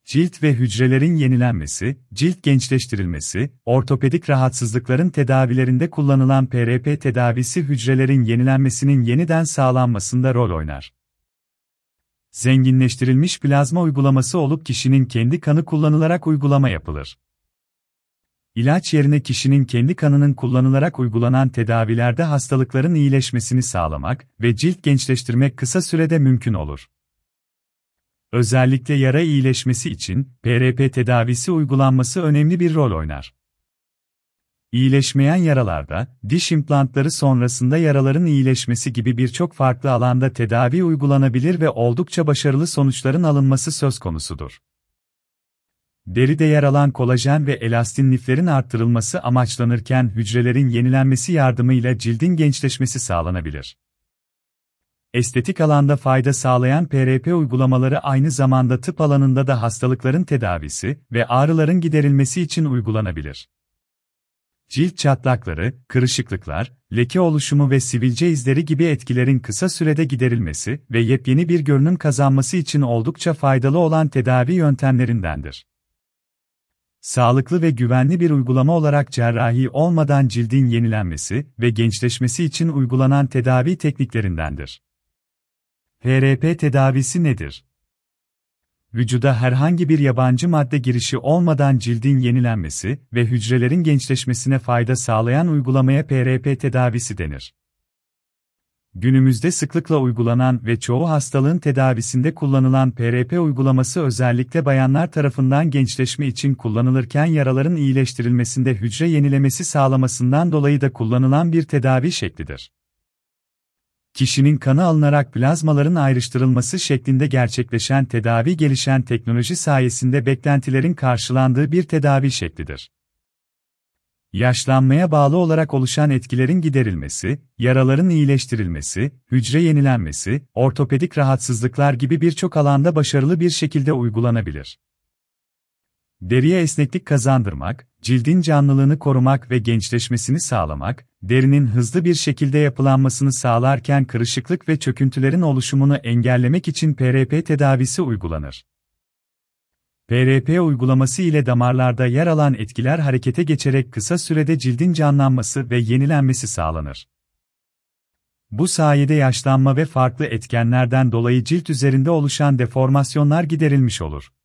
Cilt ve hücrelerin yenilenmesi, cilt gençleştirilmesi, ortopedik rahatsızlıkların tedavilerinde kullanılan PRP tedavisi hücrelerin yenilenmesinin yeniden sağlanmasında rol oynar. Zenginleştirilmiş plazma uygulaması olup kişinin kendi kanı kullanılarak uygulama yapılır. İlaç yerine kişinin kendi kanının kullanılarak uygulanan tedavilerde hastalıkların iyileşmesini sağlamak ve cilt gençleştirmek kısa sürede mümkün olur. Özellikle yara iyileşmesi için PRP tedavisi uygulanması önemli bir rol oynar. İyileşmeyen yaralarda, diş implantları sonrasında yaraların iyileşmesi gibi birçok farklı alanda tedavi uygulanabilir ve oldukça başarılı sonuçların alınması söz konusudur. Deride yer alan kolajen ve elastin liflerin arttırılması amaçlanırken hücrelerin yenilenmesi yardımıyla cildin gençleşmesi sağlanabilir. Estetik alanda fayda sağlayan PRP uygulamaları aynı zamanda tıp alanında da hastalıkların tedavisi ve ağrıların giderilmesi için uygulanabilir. Cilt çatlakları, kırışıklıklar, leke oluşumu ve sivilce izleri gibi etkilerin kısa sürede giderilmesi ve yepyeni bir görünüm kazanması için oldukça faydalı olan tedavi yöntemlerindendir. Sağlıklı ve güvenli bir uygulama olarak cerrahi olmadan cildin yenilenmesi ve gençleşmesi için uygulanan tedavi tekniklerindendir. PRP tedavisi nedir? Vücuda herhangi bir yabancı madde girişi olmadan cildin yenilenmesi ve hücrelerin gençleşmesine fayda sağlayan uygulamaya PRP tedavisi denir. Günümüzde sıklıkla uygulanan ve çoğu hastalığın tedavisinde kullanılan PRP uygulaması özellikle bayanlar tarafından gençleşme için kullanılırken yaraların iyileştirilmesinde hücre yenilemesi sağlamasından dolayı da kullanılan bir tedavi şeklidir. Kişinin kanı alınarak plazmaların ayrıştırılması şeklinde gerçekleşen tedavi gelişen teknoloji sayesinde beklentilerin karşılandığı bir tedavi şeklidir. Yaşlanmaya bağlı olarak oluşan etkilerin giderilmesi, yaraların iyileştirilmesi, hücre yenilenmesi, ortopedik rahatsızlıklar gibi birçok alanda başarılı bir şekilde uygulanabilir. Deriye esneklik kazandırmak, cildin canlılığını korumak ve gençleşmesini sağlamak, derinin hızlı bir şekilde yapılanmasını sağlarken kırışıklık ve çöküntülerin oluşumunu engellemek için PRP tedavisi uygulanır. PRP uygulaması ile damarlarda yer alan etkiler harekete geçerek kısa sürede cildin canlanması ve yenilenmesi sağlanır. Bu sayede yaşlanma ve farklı etkenlerden dolayı cilt üzerinde oluşan deformasyonlar giderilmiş olur.